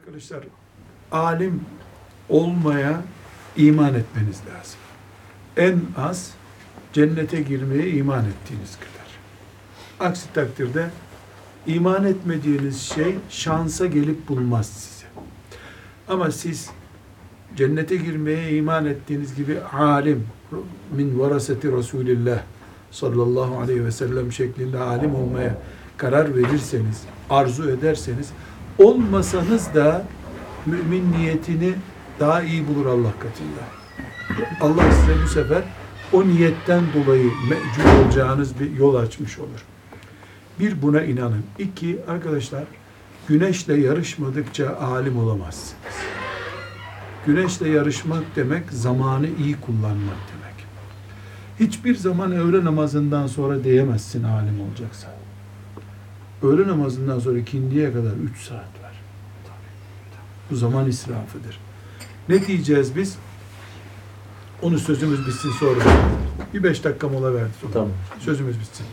Arkadaşlar, alim olmaya iman etmeniz lazım. En az cennete girmeye iman ettiğiniz kadar. Aksi takdirde iman etmediğiniz şey şansa gelip bulmaz size. Ama siz cennete girmeye iman ettiğiniz gibi alim, min varaseti Resulillah sallallahu aleyhi ve sellem şeklinde alim olmaya karar verirseniz, arzu ederseniz, olmasanız da mümin niyetini daha iyi bulur Allah katında. Allah size bu sefer o niyetten dolayı mecbur olacağınız bir yol açmış olur. Bir, buna inanın. İki, arkadaşlar, güneşle yarışmadıkça alim olamazsınız. Güneşle yarışmak demek, zamanı iyi kullanmak demek. Hiçbir zaman öğle namazından sonra diyemezsin alim olacaksan. Öğle namazından sonra ikindiye kadar 3 saat var. Bu zaman israfıdır. Ne diyeceğiz biz? Onu sözümüz bitsin sonra. Bir 5 dakika mola verdi sonra. Tamam. Sözümüz bitsin.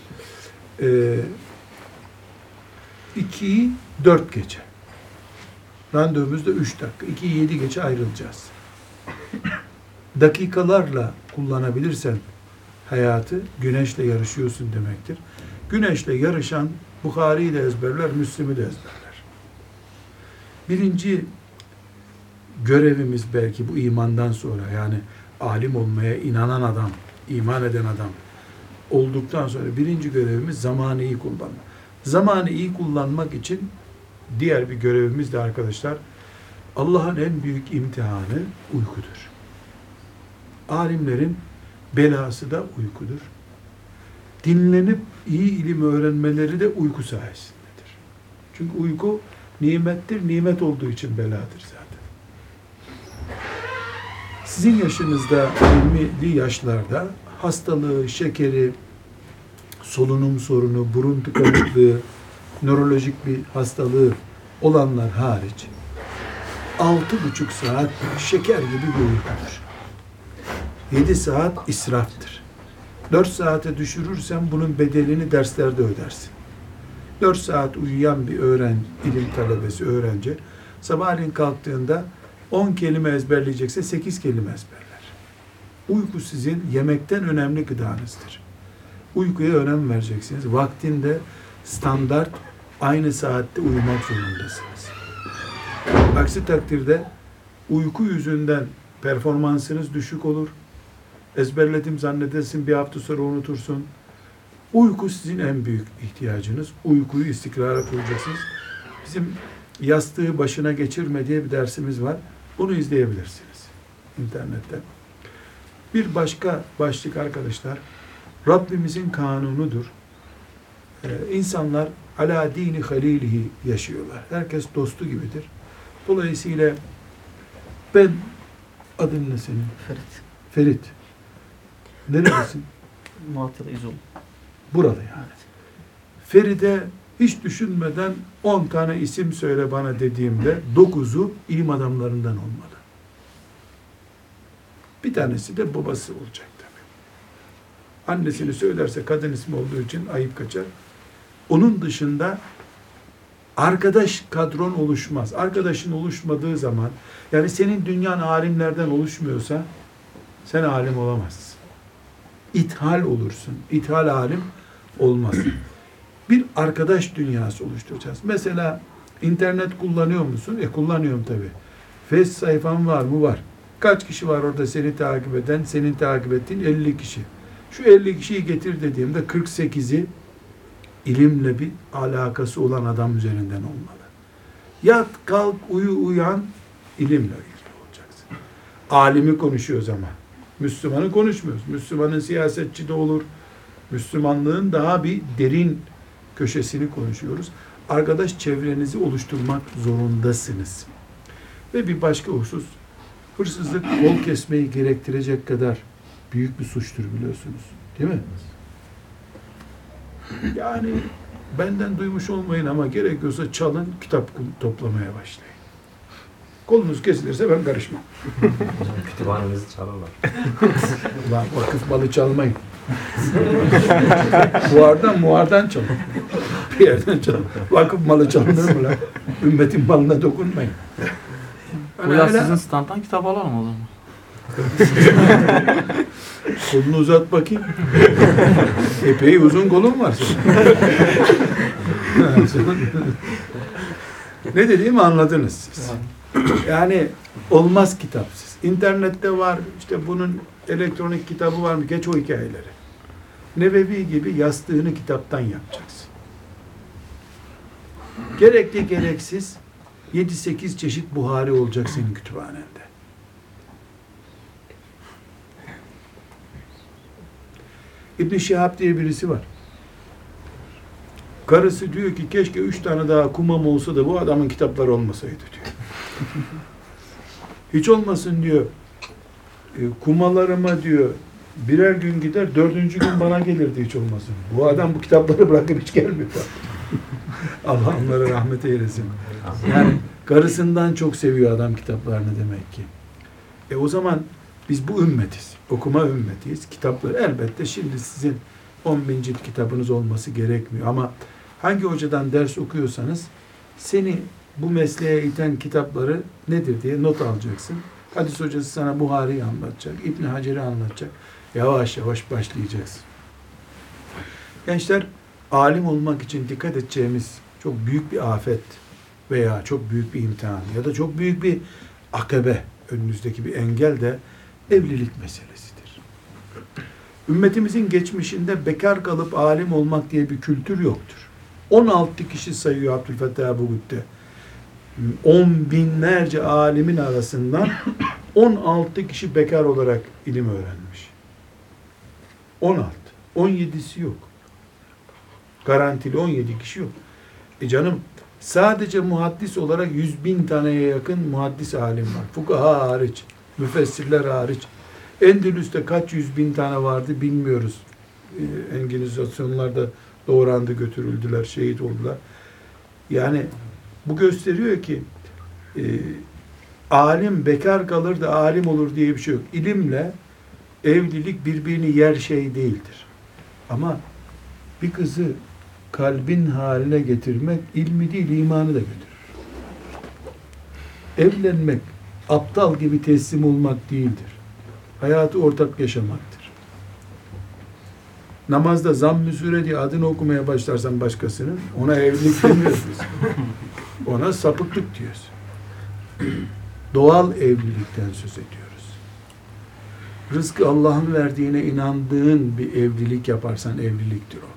2'yi 4 geçe. Randevumuzda 3 dakika. 2'yi 7 geçe ayrılacağız. Dakikalarla kullanabilirsen hayatı, güneşle yarışıyorsun demektir. Güneşle yarışan Bukhari'yi de ezberler, Müslim'i de ezberler. Birinci görevimiz belki bu imandan sonra, yani alim olmaya inanan adam, iman eden adam olduktan sonra birinci görevimiz zamanı iyi kullanmak. Zamanı iyi kullanmak için diğer bir görevimiz de arkadaşlar, Allah'ın en büyük imtihanı uykudur. Alimlerin belası da uykudur. Dinlenip iyi ilim öğrenmeleri de uyku sayesindedir. Çünkü uyku nimettir, nimet olduğu için beladır zaten. Sizin yaşınızda, 20'li yaşlarda hastalığı, şekeri, solunum sorunu, burun tıkanıklığı, nörolojik bir hastalığı olanlar hariç 6,5 saat şeker gibi bir uykudur. 7 saat israftır. 4 saate düşürürsen bunun bedelini derslerde ödersin. 4 saat uyuyan bir ilim talebesi, öğrenci, sabahleyin kalktığında 10 kelime ezberleyecekse 8 kelime ezberler. Uyku sizin yemekten önemli gıdanızdır. Uykuya önem vereceksiniz. Vaktinde standart aynı saatte uyumak zorundasınız. Aksi takdirde uyku yüzünden performansınız düşük olur. Ezberledim zannedersin, bir hafta sonra unutursun. Uyku sizin en büyük ihtiyacınız. Uykuyu istikrara koyacaksınız. Bizim yastığı başına geçirme diye bir dersimiz var. Bunu izleyebilirsiniz internette. Bir başka başlık arkadaşlar, Rabbimizin kanunudur. İnsanlar ala dini halilihi yaşıyorlar. Herkes dostu gibidir. Dolayısıyla ben, adın ne senin? Ferit. Ferit. Neredesin? Malatya'da İzol. Burada yani. Ferit'e hiç düşünmeden 10 tane isim söyle bana dediğimde 9'u ilim adamlarından olmalı. Bir tanesi de babası olacak tabii. Annesini söylerse kadın ismi olduğu için ayıp kaçar. Onun dışında arkadaş kadron oluşmaz. Arkadaşın oluşmadığı zaman, yani senin dünyan alimlerden oluşmuyorsa sen alim olamazsın. İthal olursun. İthal alim olmaz. Bir arkadaş dünyası oluşturacağız. Mesela internet kullanıyor musun? Kullanıyorum tabii. Face sayfan var mı? Var. Kaç kişi var orada seni takip eden, senin takip ettiğin? 50 kişi. Şu 50 kişiyi getir dediğimde 48'i ilimle bir alakası olan adam üzerinden olmalı. Yat, kalk, uyu, uyan, ilimle ilgili olacaksın. Alimi konuşuyoruz ama. Müslümanı konuşmuyoruz. Müslümanın siyasetçi de olur. Müslümanlığın daha bir derin köşesini konuşuyoruz. Arkadaş çevrenizi oluşturmak zorundasınız. Ve bir başka husus, hırsızlık kol kesmeyi gerektirecek kadar büyük bir suçtur biliyorsunuz. Değil mi? Yani benden duymuş olmayın ama gerekiyorsa çalın, kitap toplamaya başlayın. Kolunuz kesilirse ben karışmam. Kütüphanenizi çalarlar. Vakıf malı çalmayın. Muhardan çalın. Bir yerden çalın. Vakıf malı çalınır mı lan? Ümmetin malına dokunmayın. Bu yaz sizin standtan kitap alalım o zaman. Kolunu uzat bakayım. Epey uzun kolun var senin. Ne dediğimi anladınız siz. Yani olmaz kitapsız. İnternette var, işte bunun elektronik kitabı var mı? Geç o hikayeleri. Nevevi gibi yastığını kitaptan yapacaksın. Gerekli gereksiz 7-8 çeşit Buhari olacak senin kütüphanende. İbn Şihab diye birisi var. Karısı diyor ki keşke 3 tane daha kumam olsa da bu adamın kitapları olmasaydı diyor. Hiç olmasın diyor. Kumalarıma diyor birer gün gider, 4. gün bana gelirdi hiç olmasın. Bu adam bu kitapları bırakıp hiç gelmiyor. Allah onlara rahmet eylesin. Yani karısından çok seviyor adam kitaplarını demek ki. O zaman biz bu ümmetiz. Okuma ümmetiyiz. Kitapları elbette şimdi sizin 10.000 cilt kitabınız olması gerekmiyor. Ama hangi hocadan ders okuyorsanız seni bu mesleğe iten kitapları nedir diye not alacaksın. Hadis hocası sana Buhari'yi anlatacak, İbn Hacer'i anlatacak. Yavaş yavaş başlayacaksın. Gençler, alim olmak için dikkat edeceğimiz çok büyük bir afet veya çok büyük bir imtihan ya da çok büyük bir akabe, önünüzdeki bir engel de evlilik meselesidir. Ümmetimizin geçmişinde bekar kalıp alim olmak diye bir kültür yoktur. 16 kişi sayıyor Abdülfettah Ebu Gütte. 10 binlerce alimin arasından 16 kişi bekar olarak ilim öğrenmiş. 16. 17'si yok. Garantili 17 kişi yok. Canım, sadece muhaddis olarak 100.000 taneye yakın muhaddis alim var. Fukaha hariç, müfessirler hariç. Endülüs'te kaç 100.000 tane vardı bilmiyoruz. Enginizasyonlarda doğrandı, götürüldüler, şehit oldular. Yani bu gösteriyor ki alim bekar kalır da alim olur diye bir şey yok. İlimle evlilik birbirini yer şey değildir. Ama bir kızı kalbin haline getirmek ilmi değil, imanı da götürür. Evlenmek aptal gibi teslim olmak değildir. Hayatı ortak yaşamaktır. Namazda zamm-ı sure diye adını okumaya başlarsan başkasının, ona evlilik demiyoruz biz. Ona sapıklık diyoruz. Doğal evlilikten söz ediyoruz. Rızkı Allah'ın verdiğine inandığın bir evlilik yaparsan evliliktir o.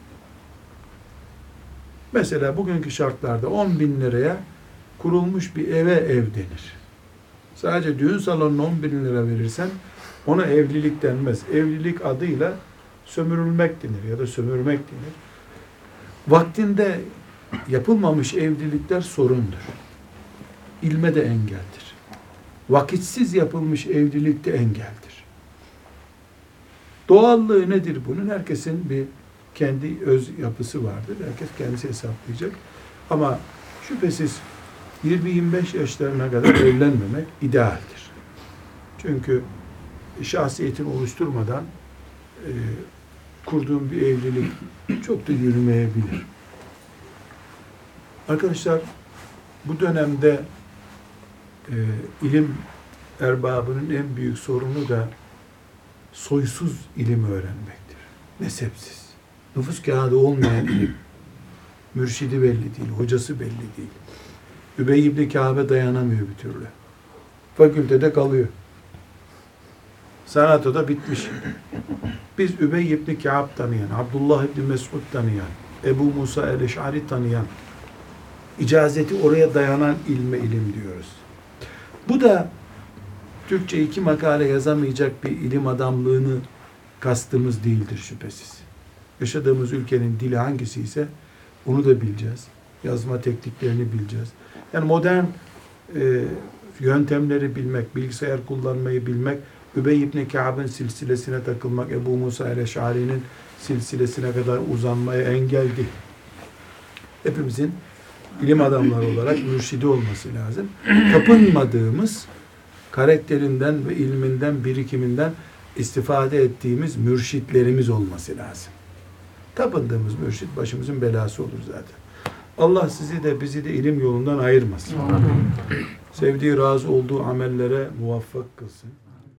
Mesela bugünkü şartlarda 10.000 liraya kurulmuş bir eve ev denir. Sadece düğün salonuna 10.000 lira verirsen ona evlilik denmez. Evlilik adıyla sömürülmek denir ya da sömürmek denir. Vaktinde yapılmamış evlilikler sorundur. İlme de engeldir. Vakitsiz yapılmış evlilik de engeldir. Doğallığı nedir bunun? Herkesin bir kendi öz yapısı vardır. Herkes kendisi hesaplayacak. Ama şüphesiz 20-25 yaşlarına kadar evlenmemek idealdir. Çünkü şahsiyetini oluşturmadan kurduğum bir evlilik çok da yürümeyebilir. Arkadaşlar, bu dönemde ilim erbabının en büyük sorunu da soysuz ilim öğrenmektir. Mezhepsiz. Nüfus kağıdı olmayan ilim. Mürşidi belli değil, hocası belli değil. Übey ibn Kâb'e dayanamıyor bir türlü. Fakültede kalıyor. Sanatı da bitmiş. Biz Übey ibn Kâb tanıyan, Abdullah ibn Mesud tanıyan, Ebu Musa el-Eş'ari tanıyan, icazeti oraya dayanan ilme ilim diyoruz. Bu da Türkçe 2 makale yazamayacak bir ilim adamlığını kastımız değildir şüphesiz. Yaşadığımız ülkenin dili hangisi ise onu da bileceğiz. Yazma tekniklerini bileceğiz. Yani modern yöntemleri bilmek, bilgisayar kullanmayı bilmek, Übey ibn Kâb'ın silsilesine takılmak, Ebu Musa el-Eş'ari'nin silsilesine kadar uzanmaya engel değil. Hepimizin ilim adamları olarak mürşidi olması lazım. Tapınmadığımız karakterinden ve ilminden, birikiminden istifade ettiğimiz mürşitlerimiz olması lazım. Tapındığımız mürşit başımızın belası olur zaten. Allah sizi de bizi de ilim yolundan ayırmasın. Sevdiği, razı olduğu amellere muvaffak kılsın.